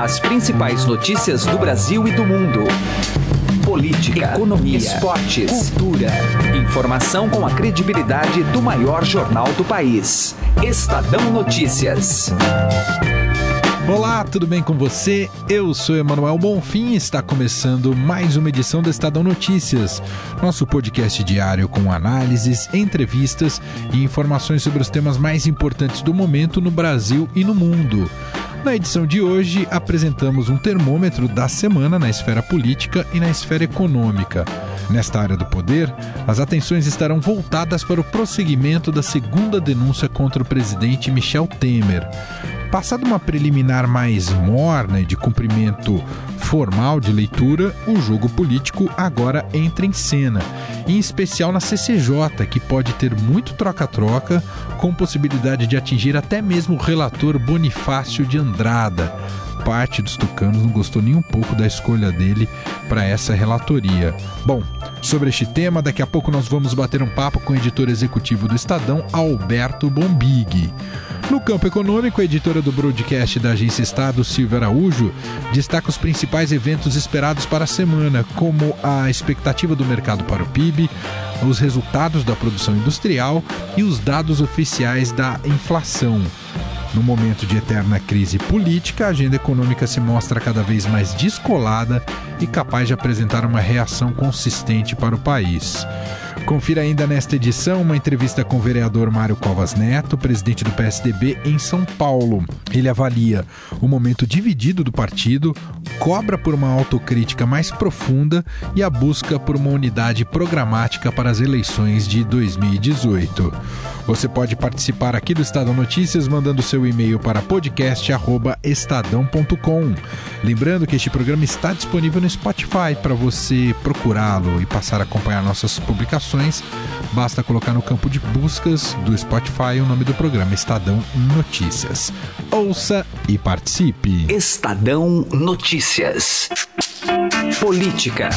As principais notícias do Brasil e do mundo. Política, economia, esportes, cultura. Informação com a credibilidade do maior jornal do país. Estadão Notícias. Olá, tudo bem com você? Eu sou Emanuel Bonfim e está começando mais uma edição do Estadão Notícias, nosso podcast diário com análises, entrevistas e informações sobre os temas mais importantes do momento no Brasil e no mundo. Na edição de hoje, apresentamos um termômetro da semana na esfera política e na esfera econômica. Nesta área do poder, as atenções estarão voltadas para o prosseguimento da segunda denúncia contra o presidente Michel Temer. Passada uma preliminar mais morna e de cumprimento formal de leitura, o jogo político agora entra em cena, em especial na CCJ, que pode ter muito troca-troca, com possibilidade de atingir até mesmo o relator Bonifácio de Andrada. Parte dos tucanos não gostou nem um pouco da escolha dele para essa relatoria. Bom, sobre este tema, daqui a pouco nós vamos bater um papo com o editor executivo do Estadão, Alberto Bombig. No campo econômico, a editora do broadcast da Agência Estado, Silvia Araújo, destaca os principais eventos esperados para a semana, como a expectativa do mercado para o PIB, os resultados da produção industrial e os dados oficiais da inflação. No momento de eterna crise política, a agenda econômica se mostra cada vez mais descolada e capaz de apresentar uma reação consistente para o país. Confira ainda nesta edição uma entrevista com o vereador Mário Covas Neto, presidente do PSDB em São Paulo. Ele avalia o momento dividido do partido, cobra por uma autocrítica mais profunda e a busca por uma unidade programática para as eleições de 2018. Você pode participar aqui do Estadão Notícias mandando seu e-mail para podcast@estadão.com. Lembrando que este programa está disponível no Spotify para você procurá-lo e passar a acompanhar nossas publicações. Basta colocar no campo de buscas do Spotify o nome do programa, Estadão Notícias. Ouça e participe. Estadão Notícias. Política.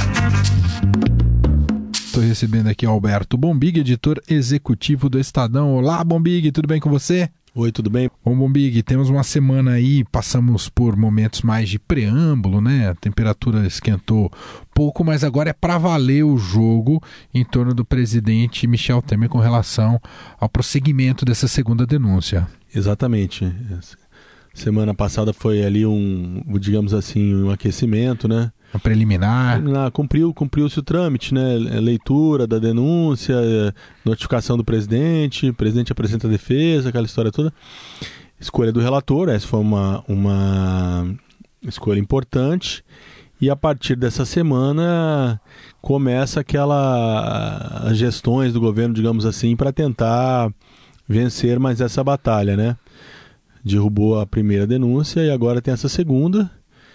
Estou recebendo aqui o Alberto Bombig, editor executivo do Estadão. Olá, Bombig, tudo bem com você? Oi, tudo bem? Bom, Bombig, temos uma semana aí, passamos por momentos mais de preâmbulo, né? A temperatura esquentou pouco, mas agora é para valer o jogo em torno do presidente Michel Temer com relação ao prosseguimento dessa segunda denúncia. Exatamente. Semana passada foi ali digamos assim, um aquecimento, né? A preliminar. Cumpriu-se o trâmite, né? Leitura da denúncia, notificação do presidente, o presidente apresenta a defesa, aquela história toda. Escolha do relator, essa foi uma escolha importante. E a partir dessa semana começa as gestões do governo, digamos assim, para tentar vencer mais essa batalha, né? Derrubou a primeira denúncia e agora tem essa segunda.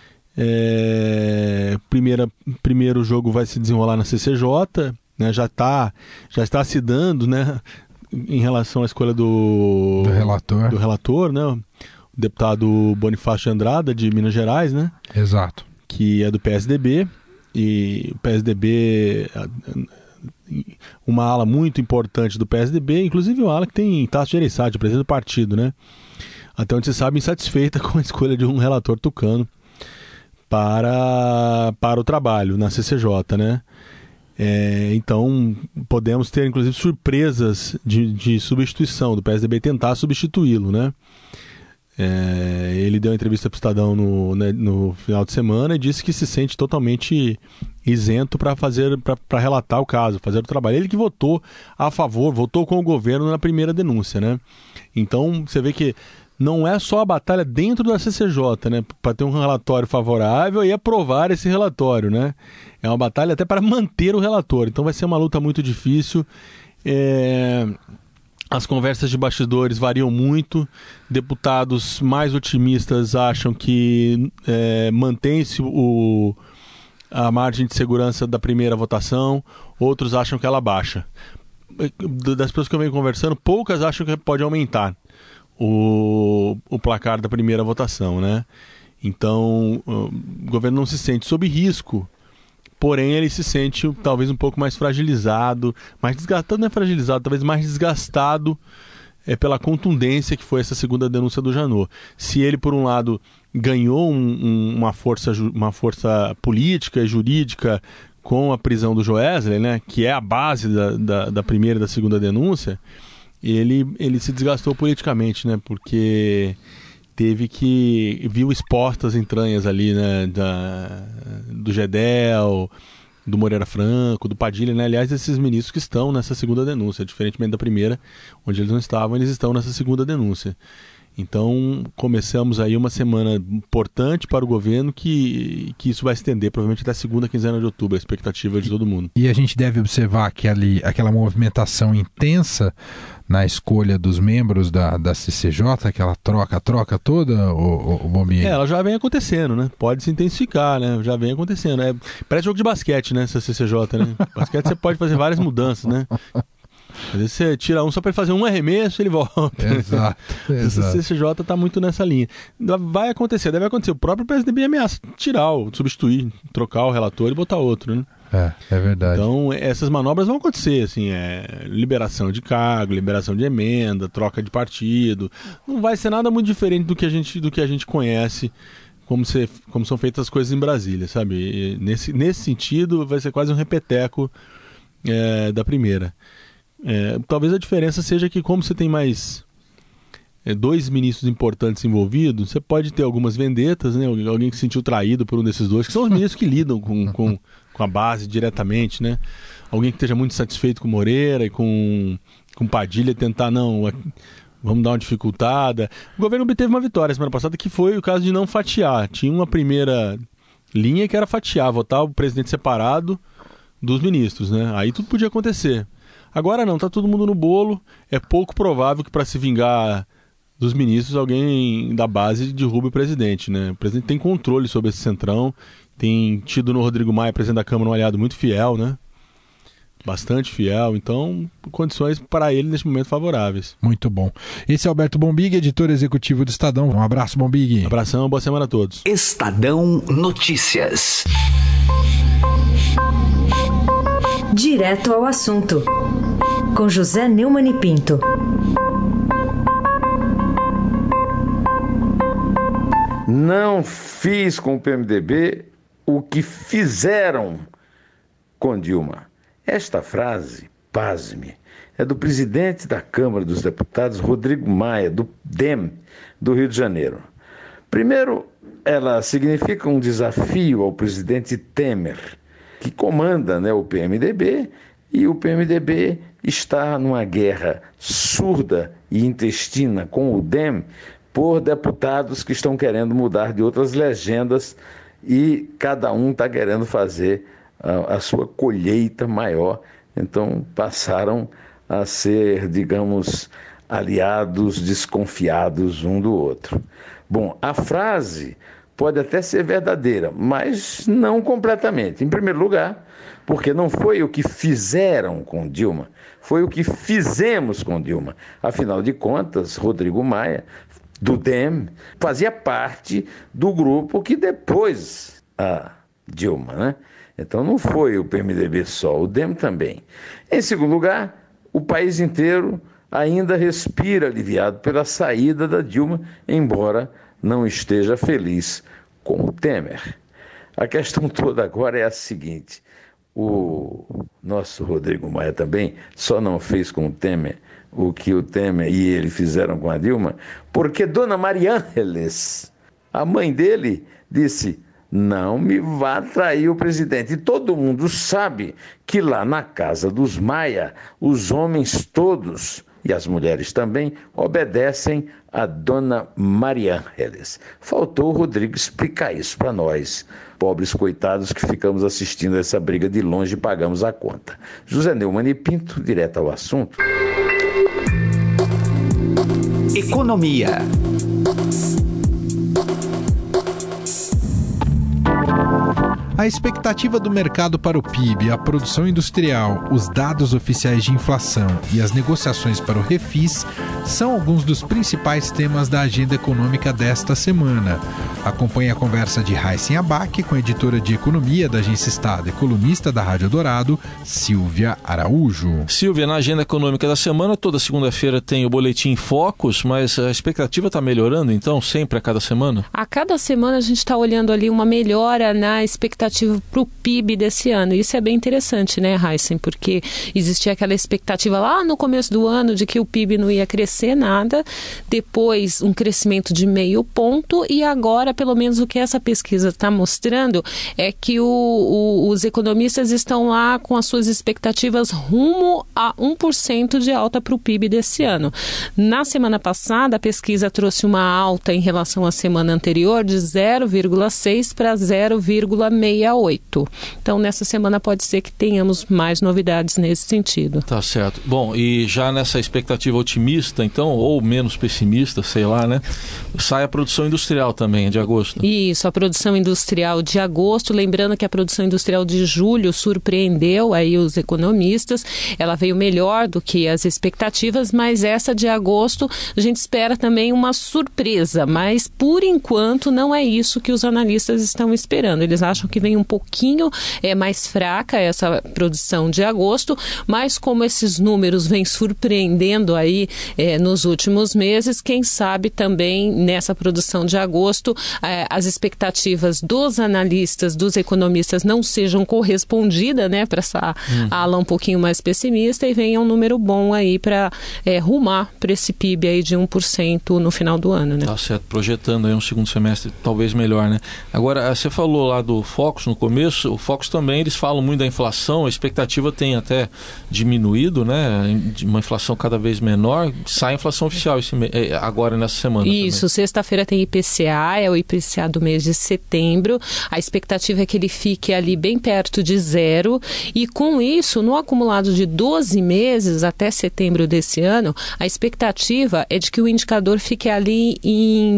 Primeiro jogo vai se desenrolar na CCJ, né? Já está se dando, né? Em relação à escolha do relator, né? O deputado Bonifácio de Andrada, de Minas Gerais, né? Exato. Que é do PSDB, e o PSDB, uma ala muito importante do PSDB, inclusive uma ala que tem Tasso Gereissati, presidente do partido, né? Até onde se sabe, insatisfeita com a escolha de um relator tucano para o trabalho na CCJ, né? Então, podemos ter, inclusive, surpresas de substituição do PSDB, tentar substituí-lo, né? Ele deu uma entrevista para o Estadão no final de semana e disse que se sente totalmente isento para relatar o caso, fazer o trabalho. Ele que votou a favor, votou com o governo na primeira denúncia, né? Então, você vê que não é só a batalha dentro da CCJ, né, para ter um relatório favorável e aprovar esse relatório, né? É uma batalha até para manter o relatório. Então vai ser uma luta muito difícil. As conversas de bastidores variam muito. Deputados mais otimistas acham que mantém-se a margem de segurança da primeira votação. Outros acham que ela baixa. Das pessoas que eu venho conversando, poucas acham que pode aumentar o placar da primeira votação, né? Então, o governo não se sente sob risco, porém ele se sente talvez um pouco mais fragilizado, mais desgastado, não é fragilizado, talvez mais desgastado pela contundência que foi essa segunda denúncia do Janot. Se ele, por um lado, ganhou uma força política e jurídica com a prisão do Joesley, né, que é a base da primeira e da segunda denúncia, ele se desgastou politicamente, né, porque viu expostas entranhas ali, né, do Gedel, do Moreira Franco, do Padilha, né? Aliás, esses ministros que estão nessa segunda denúncia, diferentemente da primeira, onde eles não estavam, eles estão nessa segunda denúncia. Então, começamos aí uma semana importante para o governo que isso vai estender, provavelmente até a segunda quinzena de outubro, a expectativa de todo mundo. E a gente deve observar aquela movimentação intensa na escolha dos membros da CCJ, aquela troca toda, o Bombinha? Ela já vem acontecendo, né? Pode se intensificar, né? Já vem acontecendo. Parece jogo de basquete, né? Essa CCJ, né? Basquete você pode fazer várias mudanças, né? Às vezes você tira um só para ele fazer um arremesso e ele volta. Exato. Essa CCJ está muito nessa linha. Vai acontecer, deve acontecer. O próprio PSDB ameaça substituir, trocar o relator e botar outro, né? É verdade. Então, essas manobras vão acontecer, assim, liberação de cargo, liberação de emenda, troca de partido. Não vai ser nada muito diferente do que a gente conhece, como são feitas as coisas em Brasília, sabe? E nesse sentido, vai ser quase um repeteco da primeira. Talvez a diferença seja que, como você tem mais dois ministros importantes envolvidos, você pode ter algumas vendetas, né? Alguém que se sentiu traído por um desses dois, que são os ministros que lidam com a base diretamente, né? Alguém que esteja muito satisfeito com Moreira e com Padilha, tentar, vamos dar uma dificultada. O governo obteve uma vitória semana passada, que foi o caso de não fatiar. Tinha uma primeira linha que era fatiar, votar o presidente separado dos ministros, né? Aí tudo podia acontecer. Agora não, tá todo mundo no bolo. É pouco provável que, para se vingar dos ministros, alguém da base derrube o presidente, né? O presidente tem controle sobre esse centrão, tem tido no Rodrigo Maia, presidente da Câmara, um aliado muito fiel, né? Bastante fiel, então condições para ele neste momento favoráveis. Muito bom. Esse é Alberto Bombig, editor executivo do Estadão. Um abraço, Bombig. Um abração, boa semana a todos. Estadão Notícias. Direto ao assunto, com José Neumann e Pinto. Não fiz com o PMDB o que fizeram com Dilma. Esta frase, pasme, é do presidente da Câmara dos Deputados, Rodrigo Maia, do DEM, do Rio de Janeiro. Primeiro, ela significa um desafio ao presidente Temer, que comanda, o PMDB, e o PMDB está numa guerra surda e intestina com o DEM por deputados que estão querendo mudar de outras legendas e cada um está querendo fazer a sua colheita maior. Então passaram a ser, digamos, aliados desconfiados um do outro. Bom, a frase pode até ser verdadeira, mas não completamente. Em primeiro lugar, porque não foi o que fizeram com Dilma, foi o que fizemos com Dilma. Afinal de contas, Rodrigo Maia, do DEM, fazia parte do grupo que depois a Dilma, né? Então não foi o PMDB só, o DEM também. Em segundo lugar, o país inteiro ainda respira aliviado pela saída da Dilma, embora não esteja feliz com o Temer. A questão toda agora é a seguinte: o nosso Rodrigo Maia também só não fez com o Temer o que o Temer e ele fizeram com a Dilma, porque Dona Maria Ângeles, a mãe dele, disse: não me vá trair o presidente. E todo mundo sabe que lá na casa dos Maia, os homens todos, e as mulheres também, obedecem a Dona Maria Ângeles. Faltou o Rodrigo explicar isso para nós, pobres coitados que ficamos assistindo essa briga de longe e pagamos a conta. José Neumann e Pinto, direto ao assunto. Economia. A expectativa do mercado para o PIB, a produção industrial, os dados oficiais de inflação e as negociações para o refis são alguns dos principais temas da agenda econômica desta semana. Acompanhe a conversa de Raíssen Abac com a editora de economia da Agência Estado e colunista da Rádio Eldorado, Silvia Araújo. Silvia, na agenda econômica da semana, toda segunda-feira tem o Boletim Focus, mas a expectativa está melhorando, então, sempre a cada semana? A cada semana a gente está olhando ali uma melhora na expectativa para o PIB desse ano. Isso é bem interessante, né, Raíssen? Porque existia aquela expectativa lá no começo do ano de que o PIB não ia crescer nada, depois um crescimento de 0,5 ponto e agora, pelo menos o que essa pesquisa está mostrando é que os economistas estão lá com as suas expectativas rumo a 1% de alta para o PIB desse ano. Na semana passada, a pesquisa trouxe uma alta em relação à semana anterior de 0,6 para 0,68. Então, nessa semana pode ser que tenhamos mais novidades nesse sentido. Tá certo. Bom, e já nessa expectativa otimista, então, ou menos pessimista, sei lá, né? Sai a produção industrial também, de agosto. Isso, a produção industrial de agosto, lembrando que a produção industrial de julho surpreendeu aí os economistas, ela veio melhor do que as expectativas, mas essa de agosto a gente espera também uma surpresa, mas por enquanto não é isso que os analistas estão esperando. Eles acham que vem um pouquinho mais fraca essa produção de agosto, mas como esses números vêm surpreendendo aí nos últimos meses, quem sabe também nessa produção de agosto as expectativas dos analistas, dos economistas não sejam correspondidas, né, para essa ala um pouquinho mais pessimista e venha um número bom aí para rumar para esse PIB aí de 1% no final do ano, né? Tá certo, projetando aí um segundo semestre talvez melhor, né? Agora, você falou lá do Focus no começo, o Focus também, eles falam muito da inflação, a expectativa tem até diminuído, né? De uma inflação cada vez menor, sai a inflação oficial agora nessa semana. Isso, também. Sexta-feira tem IPCA, é o IPCA do mês de setembro, a expectativa é que ele fique ali bem perto de 0 e com isso, no acumulado de 12 meses até setembro desse ano, a expectativa é de que o indicador fique ali em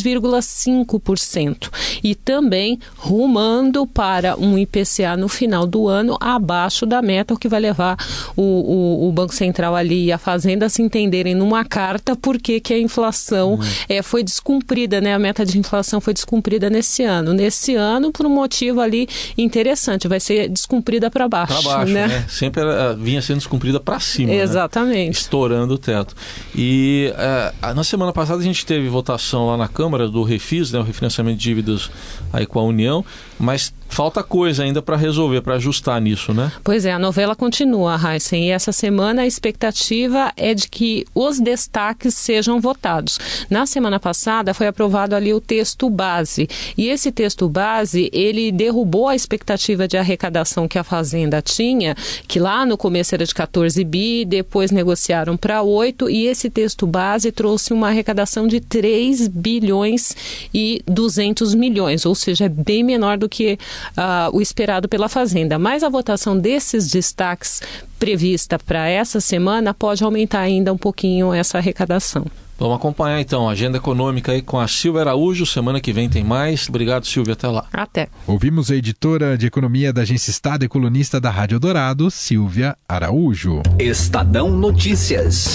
2,5% e também rumando para um IPCA no final do ano abaixo da meta, o que vai levar o Banco Central ali e a Fazenda a se entenderem numa carta porque que a inflação foi descumprida, né? A meta de inflação foi descumprida nesse ano. Nesse ano, por um motivo ali interessante, vai ser descumprida para baixo. Para baixo, né? Sempre vinha sendo descumprida para cima. Exatamente. Né? Estourando o teto. E na semana passada a gente teve votação lá na Câmara do refis, né? O refinanciamento de dívidas aí com a União, mas falta coisa ainda para resolver, para ajustar nisso, né? Pois é, a novela continua, Raíssen, e essa semana a expectativa é de que os destaques sejam votados. Na semana passada foi aprovado ali o texto base, e esse texto base, ele derrubou a expectativa de arrecadação que a Fazenda tinha, que lá no começo era de 14 bi, depois negociaram para 8, e esse texto base trouxe uma arrecadação de 3 bilhões e 200 milhões, ou seja, é bem menor do que o esperado pela Fazenda. Mas a votação desses destaques prevista para essa semana pode aumentar ainda um pouquinho essa arrecadação. Vamos acompanhar então a agenda econômica aí com a Silvia Araújo. Semana que vem tem mais. Obrigado, Silvia. Até lá. Até. Ouvimos a editora de economia da Agência Estado e colunista da Rádio Eldorado, Silvia Araújo. Estadão Notícias.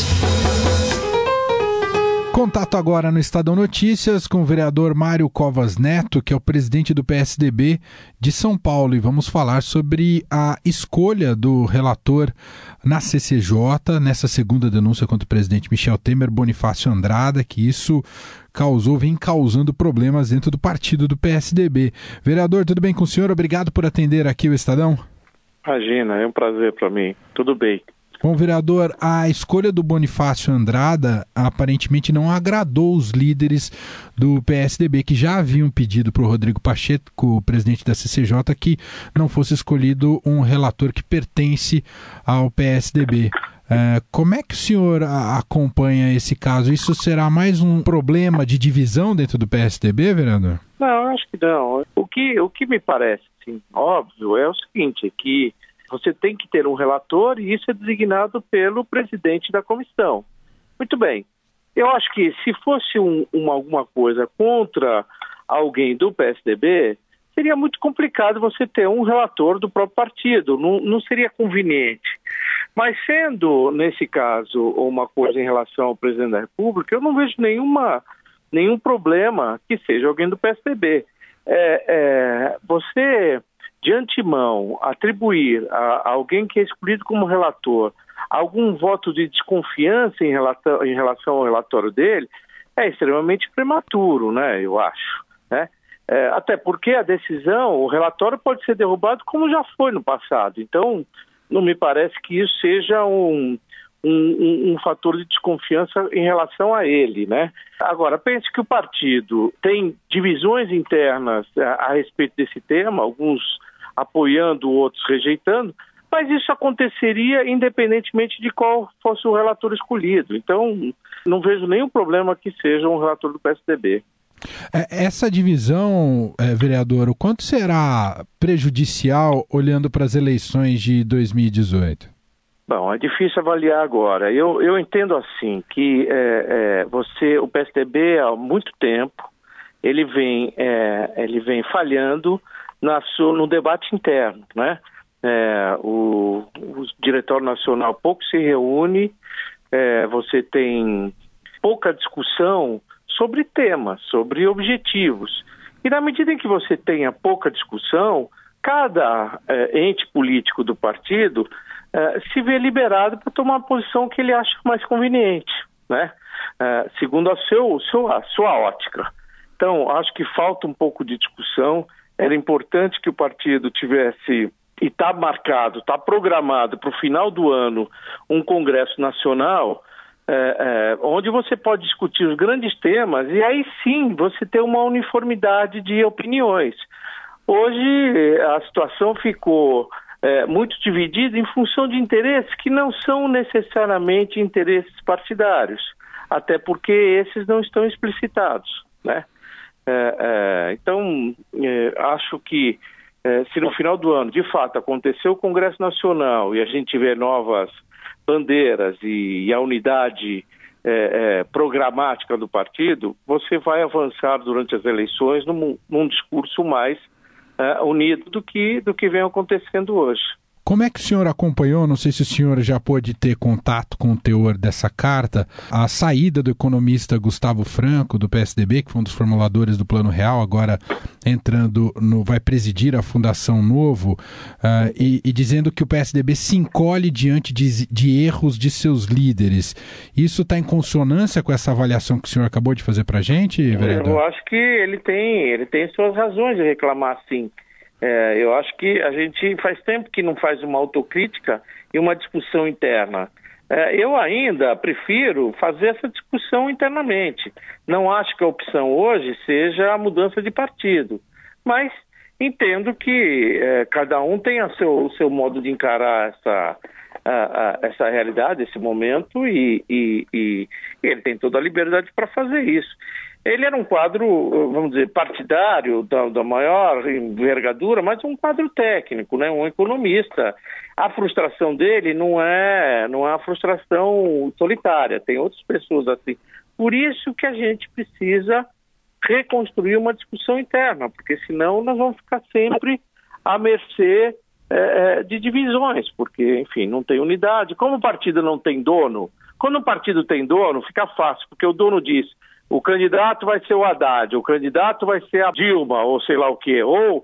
Contato agora no Estadão Notícias com o vereador Mário Covas Neto, que é o presidente do PSDB de São Paulo. E vamos falar sobre a escolha do relator na CCJ, nessa segunda denúncia contra o presidente Michel Temer, Bonifácio Andrada, que isso vem causando problemas dentro do partido do PSDB. Vereador, tudo bem com o senhor? Obrigado por atender aqui o Estadão. Imagina, é um prazer para mim. Tudo bem. Bom, vereador, a escolha do Bonifácio Andrada aparentemente não agradou os líderes do PSDB, que já haviam pedido para o Rodrigo Pacheco, o presidente da CCJ, que não fosse escolhido um relator que pertence ao PSDB. Como é que o senhor acompanha esse caso? Isso será mais um problema de divisão dentro do PSDB, vereador? Não, eu acho que não. O que me parece, assim, óbvio, é o seguinte, que você tem que ter um relator e isso é designado pelo presidente da comissão. Muito bem. Eu acho que se fosse alguma coisa contra alguém do PSDB, seria muito complicado você ter um relator do próprio partido, não seria conveniente. Mas sendo, nesse caso, uma coisa em relação ao presidente da República, eu não vejo nenhum problema que seja alguém do PSDB. Você, de antemão, atribuir a alguém que é escolhido como relator algum voto de desconfiança em relação ao relatório dele é extremamente prematuro, né, eu acho, né? Até porque a decisão, o relatório pode ser derrubado como já foi no passado. Então, não me parece que isso seja um fator de desconfiança em relação a ele, né? Agora, pense que o partido tem divisões internas a respeito desse tema, alguns apoiando, outros rejeitando, mas isso aconteceria independentemente de qual fosse o relator escolhido. Então, não vejo nenhum problema que seja um relator do PSDB. Essa divisão, vereador, o quanto será prejudicial olhando para as eleições de 2018? Bom, é difícil avaliar agora. Eu entendo assim que o PSDB há muito tempo ele vem falhando no debate interno, né? O Diretório Nacional pouco se reúne, você tem pouca discussão sobre temas, sobre objetivos. E na medida em que você tenha pouca discussão, cada ente político do partido se vê liberado para tomar a posição que ele acha mais conveniente, né? Segundo a sua ótica. Então, acho que falta um pouco de discussão. Era importante que o partido tivesse, e está marcado, está programado para o final do ano, um congresso nacional onde você pode discutir os grandes temas e aí sim você ter uma uniformidade de opiniões. Hoje a situação ficou muito dividida em função de interesses que não são necessariamente interesses partidários, até porque esses não estão explicitados, né? Então, acho que se no final do ano, de fato, acontecer o Congresso Nacional e a gente tiver novas bandeiras e a unidade programática do partido, você vai avançar durante as eleições num discurso mais unido do que vem acontecendo hoje. Como é que o senhor acompanhou, não sei se o senhor já pôde ter contato com o teor dessa carta, a saída do economista Gustavo Franco, do PSDB, que foi um dos formuladores do Plano Real, agora vai presidir a Fundação Novo, e dizendo que o PSDB se encolhe diante de erros de seus líderes. Isso está em consonância com essa avaliação que o senhor acabou de fazer para a gente, vereador? Eu acho que ele tem suas razões de reclamar, sim. Eu acho que a gente faz tempo que não faz uma autocrítica e uma discussão interna. Eu ainda prefiro fazer essa discussão internamente. Não acho que a opção hoje seja a mudança de partido, mas entendo que cada um tem o seu modo de encarar essa realidade, esse momento, e ele tem toda a liberdade para fazer isso. Ele era um quadro, vamos dizer, partidário da maior envergadura, mas um quadro técnico, né? Um economista. A frustração dele não é uma frustração solitária, tem outras pessoas assim. Por isso que a gente precisa reconstruir uma discussão interna, porque senão nós vamos ficar sempre à mercê de divisões, porque, enfim, não tem unidade. Como o partido não tem dono, quando o partido tem dono, fica fácil, porque o dono diz: o candidato vai ser o Haddad, o candidato vai ser a Dilma, ou sei lá o quê, ou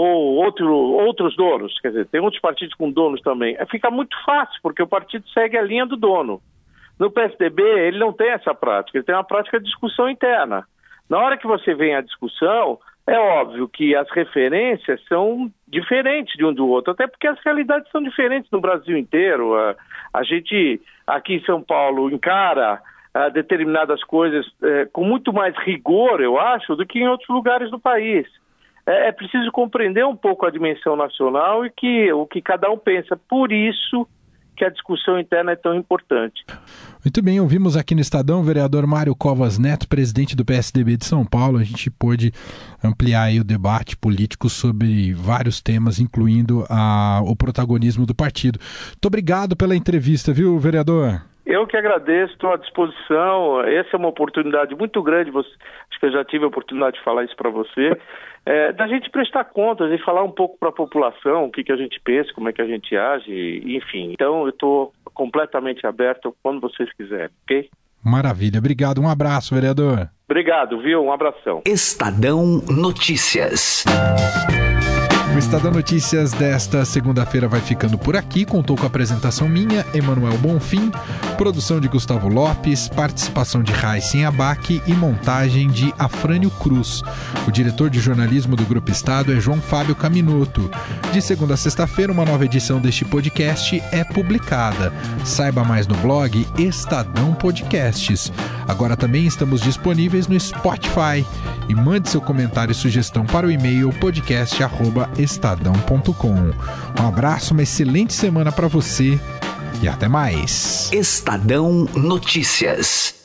outros donos, quer dizer, tem outros partidos com donos também. Fica muito fácil, porque o partido segue a linha do dono. No PSDB, ele não tem essa prática, ele tem uma prática de discussão interna. Na hora que você vem à discussão, é óbvio que as referências são diferentes de um do outro, até porque as realidades são diferentes no Brasil inteiro. A gente, aqui em São Paulo, encara determinadas coisas com muito mais rigor, eu acho, do que em outros lugares do país. É preciso compreender um pouco a dimensão nacional e o que cada um pensa. Por isso que a discussão interna é tão importante. Muito bem, ouvimos aqui no Estadão o vereador Mário Covas Neto, presidente do PSDB de São Paulo. A gente pôde ampliar aí o debate político sobre vários temas, incluindo o protagonismo do partido. Muito obrigado pela entrevista, viu, vereador? Eu que agradeço, estou à disposição. Essa é uma oportunidade muito grande, acho que eu já tive a oportunidade de falar isso para você, da gente prestar contas e falar um pouco para a população o que a gente pensa, como é que a gente age, enfim. Então eu estou completamente aberto quando vocês quiserem, ok? Maravilha, obrigado, um abraço, vereador. Obrigado, viu? Um abração. Estadão Notícias. O Estadão Notícias desta segunda-feira vai ficando por aqui. Contou com a apresentação minha, Emanuel Bonfim, produção de Gustavo Lopes, participação de Raíssen Abac e montagem de Afrânio Cruz. O diretor de jornalismo do Grupo Estado é João Fábio Caminoto. De segunda a sexta-feira, uma nova edição deste podcast é publicada. Saiba mais no blog Estadão Podcasts. Agora também estamos disponíveis no Spotify. E mande seu comentário e sugestão para o e-mail podcast@estadão.com. Um abraço, uma excelente semana para você e até mais. Estadão Notícias.